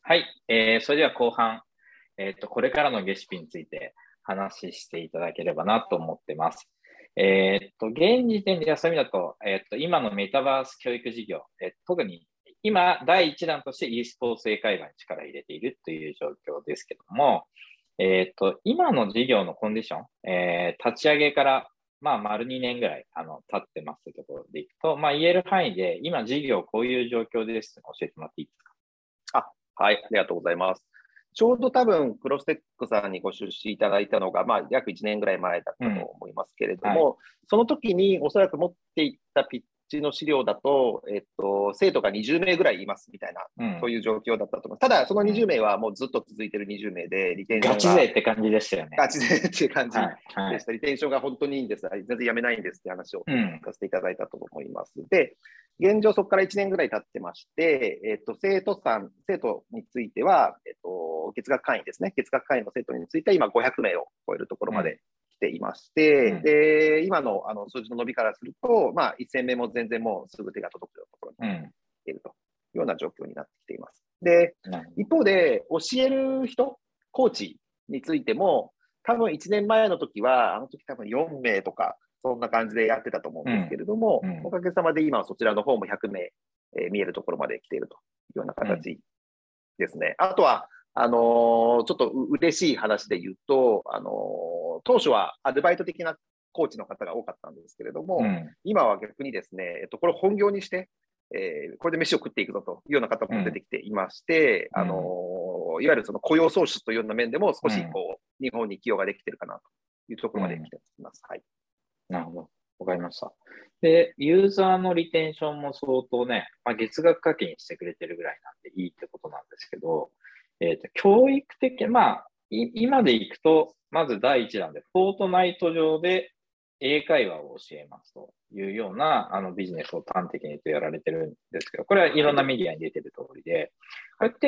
はい、それでは後半、これからのレシピについて話していただければなと思ってます。現時点ではそういう意味だと、今のメタバース教育事業、特に今、第一弾として e スポーツ英会話に力を入れているという状況ですけども、今の事業のコンディション、立ち上げから、丸2年ぐらい、経ってますというところでいくと、言える範囲で、今事業こういう状況ですと教えてもらっていいですか？ はい、ありがとうございます。ちょうど多分、クロステックさんにご出資いただいたのが、約1年ぐらい前だったと思いますけれども、 はい、 その時におそらく持っていったピッチの資料だと、生徒が20名ぐらいいますみたいな、そういう状況だったと思います。ただ、その20名はもうずっと続いている20名で、リテンションが。 ガチ勢って感じでしたよね。 ガチ勢っていう感じはい、 でした。リテンションが本当にいいんです。全然やめないんですって話をさせていただいたと思います。で、現状そこから1年ぐらい経ってまして、生徒については、月額会員ですね。月額会員の生徒については今500名を超えるところまで来ていまして、で、今の数字の伸びからすると、1000名も全然もうすぐ手が届くようなところに来ているというような状況になってきています。で、一方で教える人、コーチについても、多分1年前の時は、あの時多分4名とか、そんな感じでやってたと思うんですけれども、おかげさまで今はそちらの方も100名、見えるところまで来ているというような形ですね。あとは、ちょっと嬉しい話で言うと、当初はアルバイト的なコーチの方が多かったんですけれども、今は逆にですね、これを本業にして、これで飯を食っていくぞというような方も出てきていまして、いわゆるその雇用創出というような面でも少し日本に寄与ができているかなというところまで来ています。はい。 なるほど。わかりました。で、ユーザーのリテンションも相当ね、月額課金してくれてるぐらいなんでいいってことなんですけど、教育的、今でいくと、まず第一弾で、フォートナイト上で英会話を教えますというようなビジネスを端的にとやられてるんですけど、これはいろんなメディアに出てる通りで、こうやって、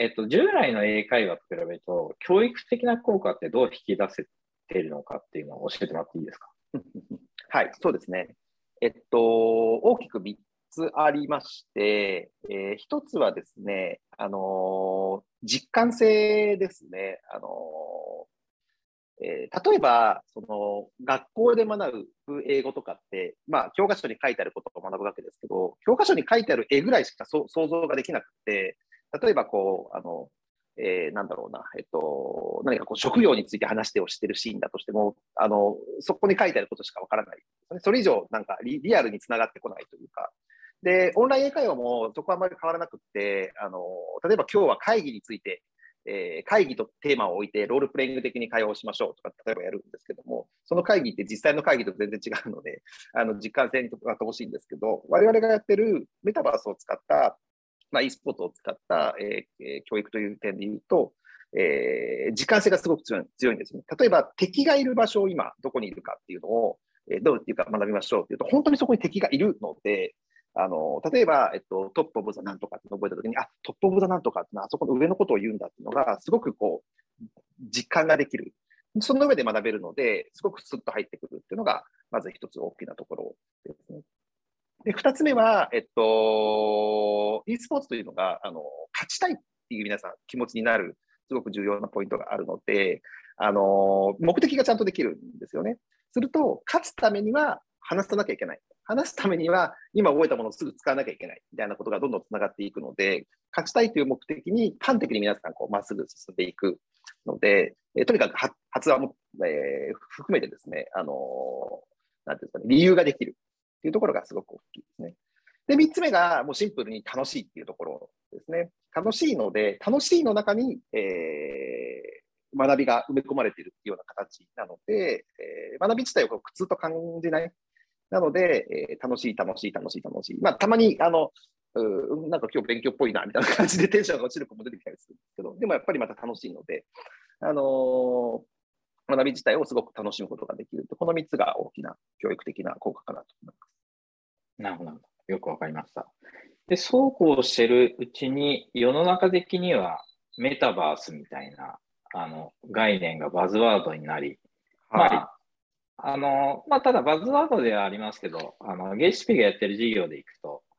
従来の英会話と比べると、教育的な効果ってどう引き出せているのかっていうのを教えてもらっていいですか？ はい、そうですね。大きく3つありまして、1つはですね、実感性ですね。例えば、学校で学ぶ英語とかって、教科書に書いてあることを学ぶわけですけど、教科書に書いてある絵ぐらいしか想像ができなくて、例えばなんだろうな、何か職業について話してしてるシーンだとしても、そこに書いてあることしかわからない。それ以上、なんかリアルにつながってこないというか。で、オンライン英会話もそこはあまり変わらなくて、例えば今日は会議について、会議とテーマを置いてロールプレイング的に会話をしましょうとか、例えばやるんですけども、その会議って実際の会議と全然違うので、実感性にとってほしいんですけど、我々がやってるメタバースを使った、e スポーツを使った、教育という点で言うと、時間性がすごく強いんですね。例えば敵がいる場所を今どこにいるかっていうのを、どういうか学びましょうっていうと、本当にそこに敵がいるので、例えば、トップオブザなんとかって覚えたときに、トップオブザなんとかってのはあそこの上のことを言うんだっていうのが、すごく実感ができる。その上で学べるので、すごくスッと入ってくるっていうのが、まず一つ大きなところですね。で、二つ目は、e スポーツというのが、勝ちたいっていう皆さん気持ちになる、すごく重要なポイントがあるので、目的がちゃんとできるんですよね。すると、勝つためには話さなきゃいけない。話すためには、今覚えたものをすぐ使わなきゃいけない。みたいなことがどんどんつながっていくので、勝ちたいという目的に端的に皆さん、まっすぐ進んでいくので、とにかく発話も、含めてですね、なんていうんですかね、理由ができる。っていうところがすごく大きいですね。で、3つ目がもうシンプルに楽しいっていうところですね。楽しいので、楽しいの中に、学びが埋め込まれているっていうような形なので、学び自体を苦痛と感じない。なので、楽しい。たまに、なんか今日勉強っぽいな、みたいな感じでテンションが落ちる子も出てきたりするんですけど、でもやっぱりまた楽しいので、学び自体をすごく楽しむことができると、この3つが大きな教育的な効果かなと思います。 なるほど。よくわかりました。で、そうこうしてるうちに、世の中的にはメタバースみたいな、概念がバズワードになり、 はい。 ただバズワードではありますけど、ゲシピがやってる事業でいくと、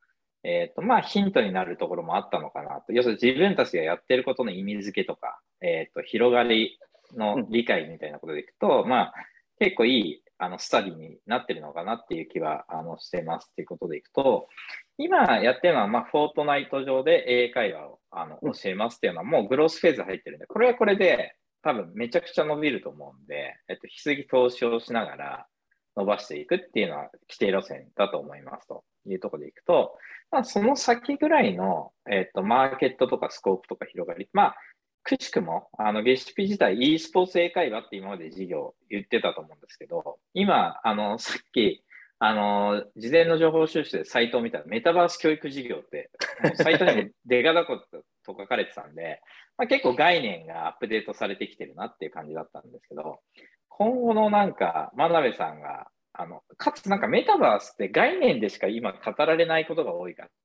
まあ、ヒントになるところもあったのかなと。要するに自分たちがやってることの意味付けとか、広がりの理解みたいなことでいくと、まあ、結構いいスタディになってるのかなっていう気はしてますっていうことでいくと、今やってるのは、まあ、フォートナイト上で英会話を教えますっていうのは、もうグロースフェーズ入ってるんで、これはこれで多分めちゃくちゃ伸びると思うんで、引き継ぎ投資をしながら伸ばしていくっていうのは規定路線だと思いますというところでいくと、まあ、その先ぐらいの、マーケットとかスコープとか広がり、まあ、くしくも、ゲシピ自体 e スポーツ英会話って今まで事業言ってたと思うんですけど、今、さっき、事前の情報収集でサイトを見たら、メタバース教育事業って、もうサイトにもデカダコと書かれてたんで、まあ、結構概念がアップデートされてきてるなっていう感じだったんですけど、今後のなんか、真鍋さんが、かつなんかメタバースって概念でしか今語られないことが多いから、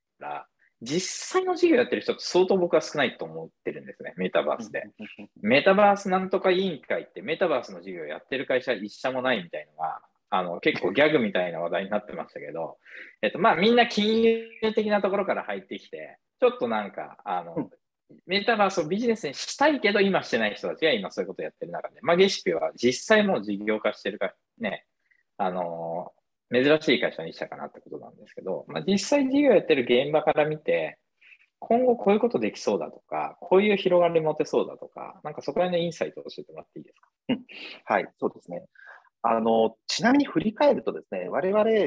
実際の授業やってる人って相当僕は少ないと思ってるんですね、メタバースで。メタバースなんとか委員会ってメタバースの授業やってる会社一社もないみたいのが、結構ギャグみたいな話題になってましたけど、まあみんな金融的なところから入ってきて、ちょっとなんか、メタバースをビジネスにしたいけど今してない人たちが今そういうことをやってる中で、まあゲシピは実際もう事業化してるかね、珍しい会社にしたかなってことなんですけど、まあ、実際事業やってる現場から見て、今後こういうことできそうだとか、こういう広がり持てそうだとか、なんかそこら辺のインサイトを教えてもらっていいですか？ はい、そうですね。ちなみに振り返るとですね、我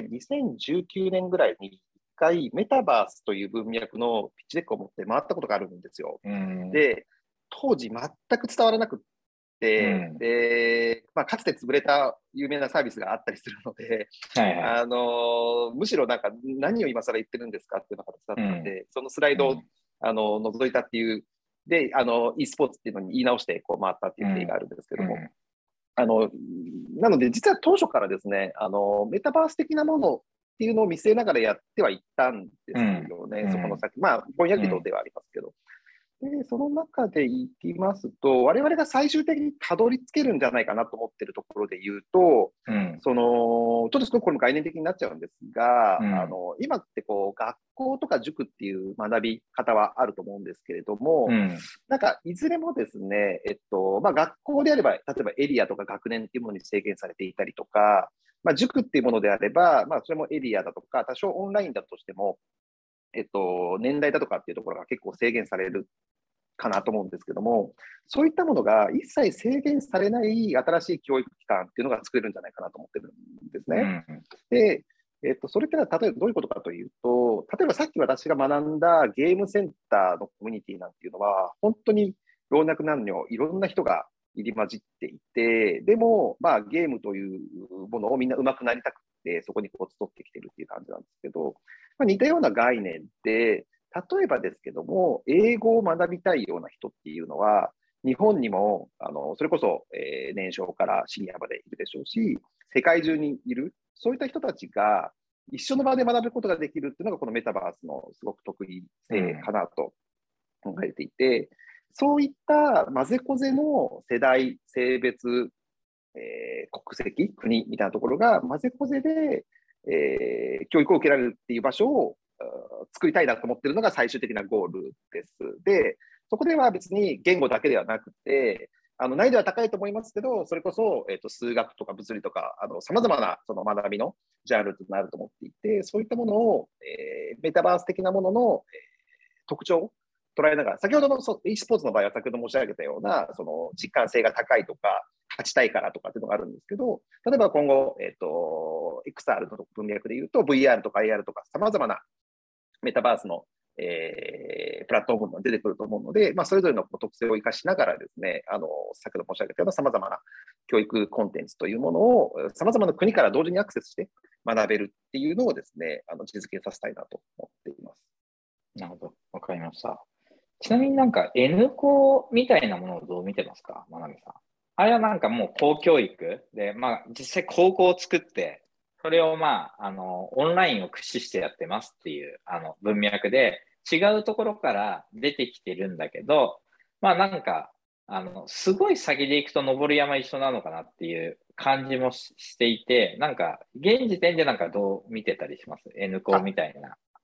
々2019年ぐらいに一回メタバースという文脈のピッチデックを持って回ったことがあるんですよ。で、当時全く伝わらなくて、で、まあ、かつて潰れた有名なサービスがあったりするので、はいはい、むしろなんか何を今更言ってるんですかっていうような形だったんで、そのスライドを覗いたっていう、で、e スポーツっていうのに言い直してこう回ったっていう経緯があるんですけども、なので、実は当初からですね、メタバース的なものっていうのを見据えながらやってはいったんですよね、そこの先。まあ、ぼんやりとではありますけど。で、その中でいきますと、我々が最終的にたどり着けるんじゃないかなと思っているところで言うと、ちょっとすごくこれも概念的になっちゃうんですが、今ってこう学校とか塾っていう学び方はあると思うんですけれども、なんかいずれもですね、まあ、学校であれば、例えばエリアとか学年っていうものに制限されていたりとか、まあ、塾っていうものであれば、まあ、それもエリアだとか、多少オンラインだとしても、年代だとかっていうところが結構制限されるかなと思うんですけども、そういったものが一切制限されない新しい教育機関っていうのが作れるんじゃないかなと思ってるんですね。で、それってのは例えばどういうことかというと、例えばさっき私が学んだゲームセンターのコミュニティなんていうのは、本当に老若男女、いろんな人が入り混じっていて、でも、まあ、ゲームというものをみんな上手くなりたくて、そこにこう集ってきてるっていう感じなんですけど、まあ、似たような概念で、例えばですけども、英語を学びたいような人っていうのは、日本にもそれこそ、年少からシニアまでいるでしょうし、世界中にいる、そういった人たちが一緒の場で学ぶことができるっていうのが、このメタバースのすごく得意性かなと考えていて、そういった混ぜこぜの世代、性別、国籍、国みたいなところが混ぜこぜで、教育を受けられるっていう場所を作りたいなと思っているのが最終的なゴールです。で、そこでは別に言語だけではなくて、難易度は高いと思いますけど、それこそ、数学とか物理とか、さまざまなその学びのジャンルとなると思っていて、そういったものを、メタバース的なものの、特徴を捉えながら、先ほどのe スポーツの場合は先ほど申し上げたような、その実感性が高いとか、勝ちたいからとかっていうのがあるんですけど、例えば今後、XR の文脈で言うと、VR とか AR とか、さまざまなメタバースの、プラットフォームが出てくると思うので、まあ、それぞれの特性を生かしながらですね、先ほど申し上げたようなさまざまな教育コンテンツというものを、さまざまな国から同時にアクセスして学べるっていうのをですね、実現させたいなと思っています。 なるほど。わかりました。ちなみになんか N 校みたいなものをどう見てますか、真鍋さん。あれはなんかもう公教育で、まあ実際高校を作って、それをまあ、オンラインを駆使してやってますっていう、文脈で、違うところから出てきてるんだけど、まあなんか、すごい先で行くと登る山一緒なのかなっていう感じもしていて、なんか、現時点でなんかどう見てたりします？ N 校みたいな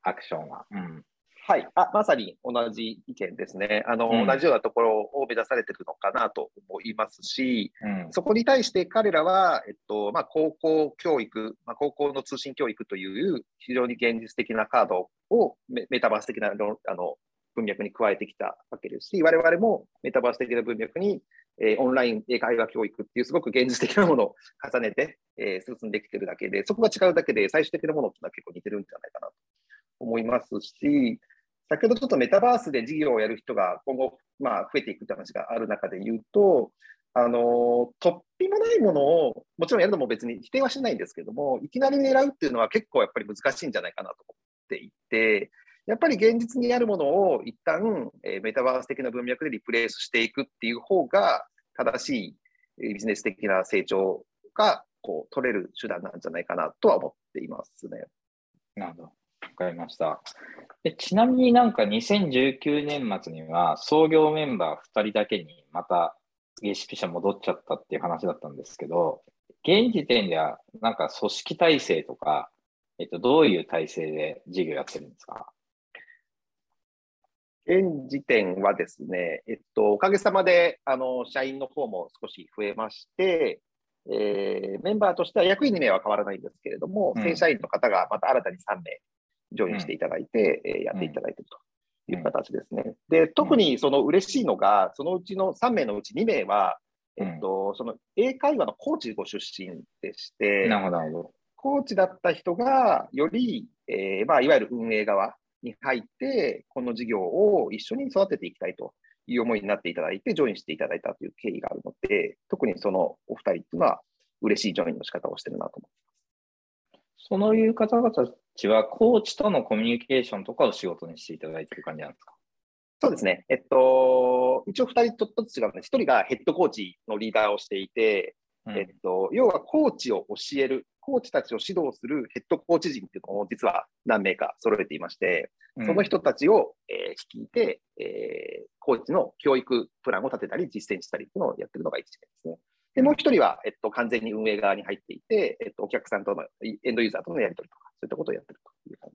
アクションは。うん。 はい、まさに同じ意見ですね。 うん同じようなところを目指されているのかなと思いますし、 うん。 そこに対して彼らは、高校教育、高校の通信教育という非常に現実的なカードをメタバース的な文脈に加えてきたわけですし、我々もメタバース的な文脈に、オンライン英会話教育っていうすごく現実的なものを重ねて、進んできているだけで、そこが違うだけで最終的なものというのは結構似てるんじゃないかなと思いますし、先ほどちょっとメタバースで事業をやる人が今後、増えていくって話がある中で言うと、突飛もないものをもちろんやるのも別に否定はしないんですけども、いきなり狙うっていうのは結構やっぱり難しいんじゃないかなと思っていて、やっぱり現実にあるものを一旦、メタバース的な文脈でリプレイスしていくっていう方が正しいビジネス的な成長が取れる手段なんじゃないかなとは思っていますね。 なるほど。わかりました。ちなみになんか2019年末には創業メンバー2人だけにまたレシピ社戻っちゃったっていう話だったんですけど、現時点ではなんか組織体制とか、どういう体制で事業やってるんですか？ 現時点はですね、おかげさまで社員の方も少し増えまして、メンバーとしては役員2名は変わらないんですけれども、正社員の方がまた新たに3名ジョインしていただいて、やっていただいているという形ですね。で、特にその嬉しいのが、そのうちの3名のうち2名は、その英会話のコーチご出身でして、 なるほど、なるほど。 コーチだった人がより、いわゆる運営側に入って、この事業を一緒に育てていきたいという思いになっていただいて、ジョインしていただいたという経緯があるので、特にそのお二人っていうのは、嬉しいジョインの仕方をしてるなと思います。 そういう方々たちは、コーチとのコミュニケーションとかを仕事にしていただいている感じなんですか？ そうですね。一応2人ちょっとずつ違うので、1人がヘッドコーチのリーダーをしていて、要はコーチを教える、コーチたちを指導するヘッドコーチ陣っていうのを実は何名か揃えていまして、その人たちを、率いて、コーチの教育プランを立てたり、実践したりっていうのをやってるのが1名ですね。で、もう1人は、完全に運営側に入っていて、お客さんとの、エンドユーザーとのやり取りとか、そういったことをやってるという感じです。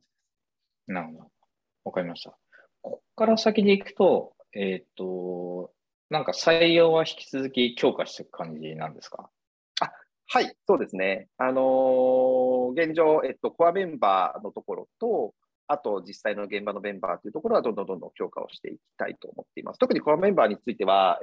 なるほど。わかりました。ここから先でいくと、なんか採用は引き続き強化していく感じなんですか？ はい、そうですね。現状、コアメンバーのところと、あと実際の現場のメンバーというところはどんどん強化をしていきたいと思っています。特にコアメンバーについては、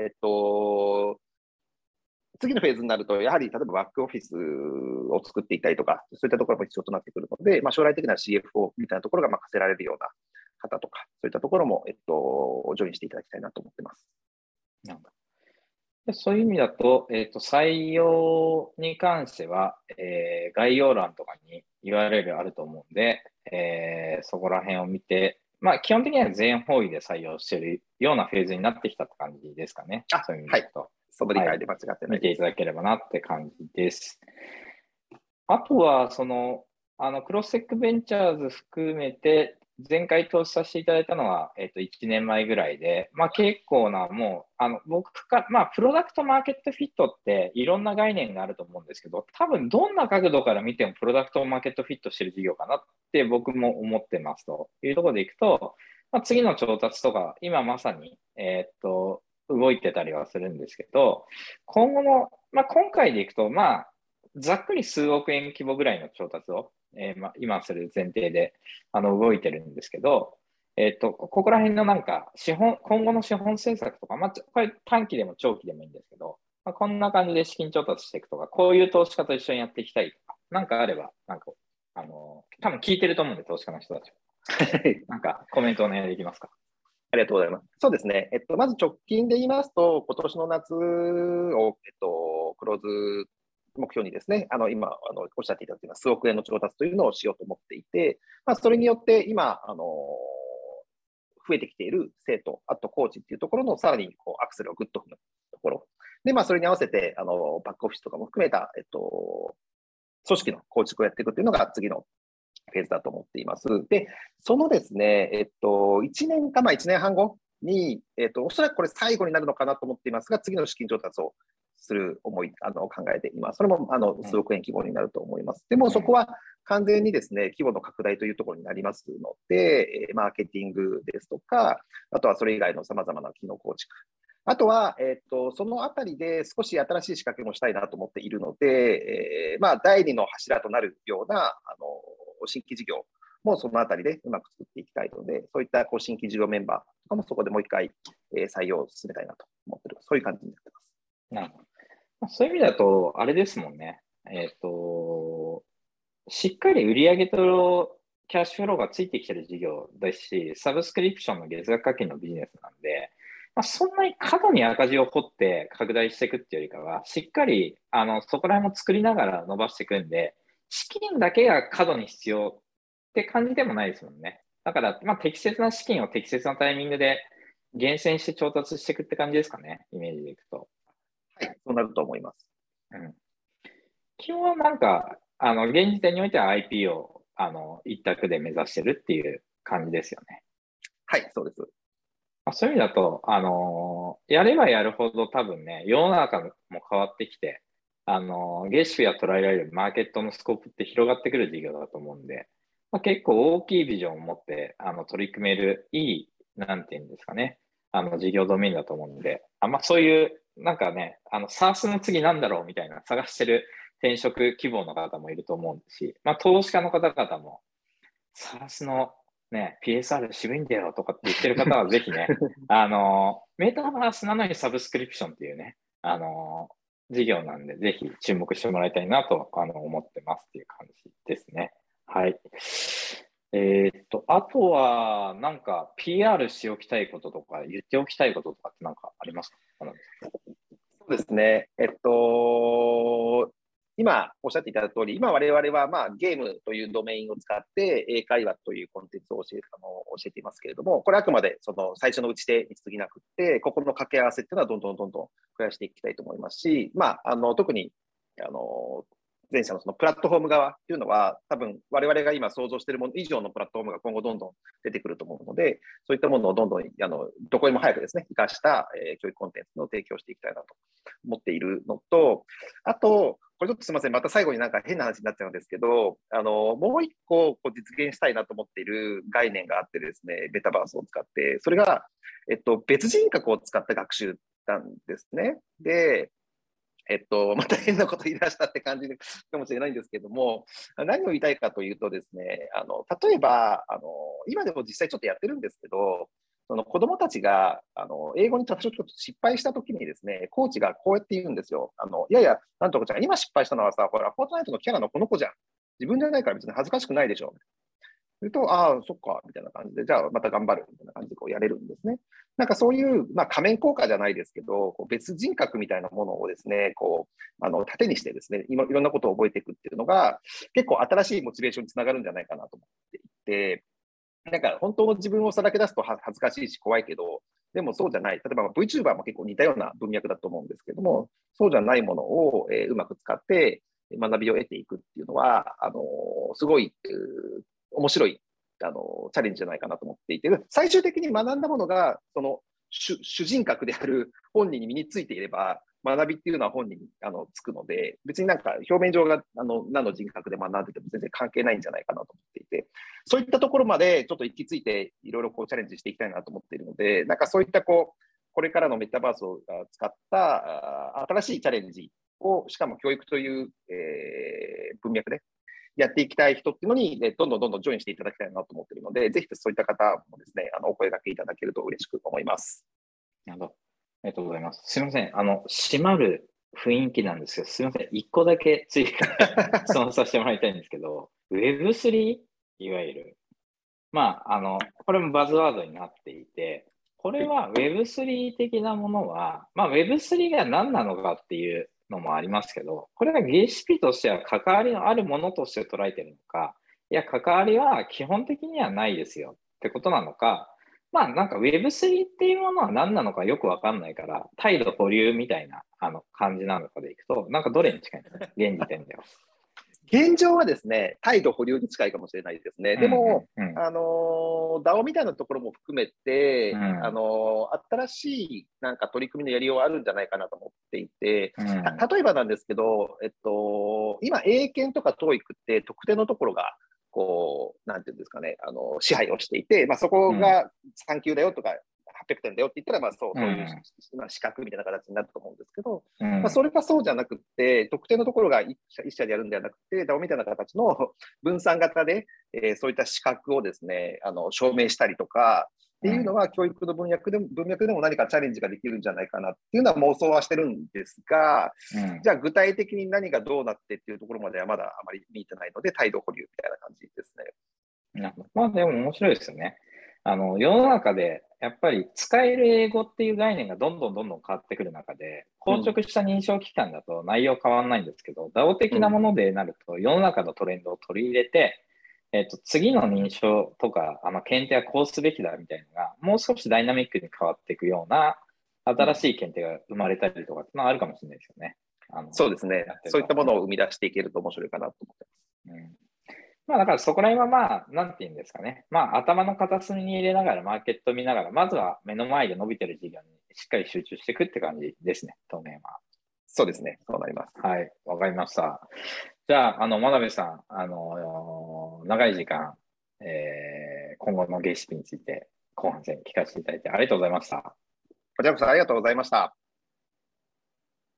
次のフェーズになると、やはり例えばバックオフィスを作っていたりとか、そういったところも必要となってくるので、将来的な CFO みたいなところが任せられるような方とか、そういったところも、ジョインしていただきたいなと思っています。 なるほど。そういう意味だと、採用に関しては、概要欄とかに URL あると思うんで、そこら辺を見て、基本的には全方位で採用しているようなフェーズになってきたって感じですかね。そういう意味でと、はい、 その理解で間違ってないです。 見ていただければなって感じです。あとは、クロステックベンチャーズ含めて、前回投資させていただいたのは、1年前ぐらいで、結構な、もう、僕か、プロダクトマーケットフィットっていろんな概念があると思うんですけど、多分どんな角度から見てもプロダクトマーケットフィットしてる事業かなって僕も思ってますというところでいくと、次の調達とか、今まさに、動いてたりはするんですけど、今後も、今回でいくと、ざっくり数億円規模ぐらいの調達を、今する前提で動いてるんですけど、ここら辺のなんか今後の資本政策とか、これ短期でも長期でもいいんですけど、こんな感じで資金調達していくとか、こういう投資家と一緒にやっていきたいとか、なんかあれば、なんか、多分聞いてると思うんで、投資家の人たちは。なんかコメントお願いできますか？ ありがとうございます。そうですね。まず直近で言いますと、今年の夏を、クローズ目標にですね、今おっしゃっていただいた数億円の調達というのをしようと思っていて、それによって今、増えてきている生徒、あとコーチっていうところのさらにアクセルをグッと踏むところ。で、それに合わせて、バックオフィスとかも含めた、組織の構築をやっていくというのが次のフェーズだと思っています。で、そのですね、1年か1年半後に、おそらくこれ最後になるのかなと思っていますが、次の資金調達をする考えています。それも数億円規模になると思います。でもそこは完全にですね、規模の拡大というところになりますので、マーケティングですとか、あとはそれ以外のさまざまな機能構築。あとは、そのあたりで少し新しい仕掛けもしたいなと思っているので、第二の柱となるような、新規事業もそのあたりでうまく作っていきたいので、そういった新規事業メンバーとかもそこでもう一回、採用を進めたいなと思っている。そういう感じになってます。 なるほど。そういう意味だと、あれですもんね。しっかり売上とキャッシュフローがついてきてる事業ですし、サブスクリプションの月額課金のビジネスなんで、そんなに過度に赤字を掘って拡大していくっていうよりかは、しっかり、そこら辺も作りながら伸ばしていくんで、資金だけが過度に必要って感じでもないですもんね。だから、適切な資金を適切なタイミングで厳選して調達していくって感じですかね、イメージでいくと。 はい、そうなると思います。 うん。基本はなんか、現時点においては IP を、一択で目指してるっていう感じですよね。 はい、そうです。 そういう意味だと、やればやるほど多分ね、世の中も変わってきて、ゲシュや捉えられるマーケットのスコープって広がってくる事業だと思うんで、結構大きいビジョンを持って、取り組めるいい、なんていうんですかね、事業ドメインだと思うんで、そういう、なんかね、SaaS の次なんだろうみたいな探してる転職希望の方もいると思うし、投資家の方々も、SaaS のね、PSR 渋いんだよとかって言ってる方はぜひね、メタバースなのにサブスクリプションっていうね、事業なんで、ぜひ注目してもらいたいなと思ってますっていう感じですね。はい。あとは、なんか PR しておきたいこととか、言っておきたいこととかってなんかありますか？ そうですね。今おっしゃっていただいた通り、今我々はゲームというドメインを使って英会話というコンテンツを教えていますけれども、これはあくまでその最初の打ち手に過ぎなくて、ここの掛け合わせっていうのはどんどん増やしていきたいと思いますし、特に前者のそのプラットフォーム側っていうのは、多分我々が今想像しているもの以上のプラットフォームが今後どんどん出てくると思うので、そういったものをどんどんどこにも早くですね、活かした、教育コンテンツの提供していきたいなと思っているのと、あと、これちょっとすみません、また最後になんか変な話になっちゃうんですけど、もう一個実現したいなと思っている概念があってですね、メタバースを使って、それが、別人格を使った学習なんですね。で、また変なこと言い出したって感じかもしれないんですけども、何を言いたいかというとですね、例えば、今でも実際ちょっとやってるんですけど、その子供たちが英語にちょっと失敗したときにですね、コーチがこうやって言うんですよ。いやいや、なんとかちゃん、今失敗したのはさ、ほら、フォートナイトのキャラのこの子じゃん。自分じゃないから別に恥ずかしくないでしょ。すると、ああ、そっか、みたいな感じで、じゃあまた頑張るみたいな感じでやれるんですね。なんかそういう、仮面効果じゃないですけど、別人格みたいなものをですね、盾にしてですね、いろんなことを覚えていくっていうのが、結構新しいモチベーションにつながるんじゃないかなと思っていて、なんか本当の自分をさらけ出すと恥ずかしいし怖いけど、でもそうじゃない。例えば VTuber も結構似たような文脈だと思うんですけども、そうじゃないものを、うまく使って学びを得ていくっていうのは、すごい、面白いチャレンジじゃないかなと思っていて、最終的に学んだものが、その主人格である本人に身についていれば、学びっていうのは本人につくので、別になんか表面上が何の人格で学んでても全然関係ないんじゃないかなと思っていて、そういったところまでちょっと行き着いて、いろいろチャレンジしていきたいなと思っているので、なんかそういったこれからのメタバースを使った新しいチャレンジを、しかも教育という、文脈でやっていきたい人っていうのに、どんどんジョインしていただきたいなと思っているので、ぜひそういった方もですね、お声掛けいただけると嬉しく思います。 なるほど。ありがとうございます。すみません。閉まる雰囲気なんですけど、すみません。一個だけ追加で質問させてもらいたいんですけど、Web3? いわゆる。これもバズワードになっていて、これは Web3 的なものは、Web3 が何なのかっていうのもありますけど、これはゲシピとしては関わりのあるものとして捉えているのか、いや、関わりは基本的にはないですよってことなのか、なんか Web3 っていうものは何なのかよくわかんないから、態度保留みたいな感じなのかでいくと、なんかどれに近いんですか、現時点では。 現状はですね、態度保留に近いかもしれないですね。でも、DAO みたいなところも含めて、新しいなんか取り組みのやりようはあるんじゃないかなと思っっていて、 うん。 例えばなんですけど、今、英検とか TOEIC って特定のところが、こう、なんていうんですかね、支配をしていて、まあ、そこが3級だよとか、800点だよって言ったら、まあそういうまあ資格みたいな形になると思うんですけど、まあ、それがそうじゃなくて、特定のところが一社でやるんではなくて、DAO みたいな形の分散型で、そういった資格をですね、証明したりとか、っていうのは、教育の文脈でも何かチャレンジができるんじゃないかなっていうのは妄想はしてるんですが、じゃあ具体的に何がどうなってっていうところまではまだあまり見てないので、態度保留みたいな感じですね。 まあでも面白いですよね。世の中でやっぱり使える英語っていう概念がどんどん変わってくる中で、硬直した認証機関だと内容変わらないんですけど、DAO 的なものでなると世の中のトレンドを取り入れて、次の認証とか、検定はこうすべきだみたいなのが、もう少しダイナミックに変わっていくような、新しい検定が生まれたりとかってのはあるかもしれないですよね。 そうですね。そういったものを生み出していけると面白いかなと思ってます。 まあだからそこら辺はまあ、なんていうんですかね。まあ頭の片隅に入れながら、マーケットを見ながら、まずは目の前で伸びてる事業にしっかり集中していくって感じですね、当面は。 そうですね。そうなります。 はい、わかりました。じゃあ、真鍋さん、長い時間、今後のレシピについて後半戦聞かせていただいてありがとうございました。 こちらこそありがとうございました。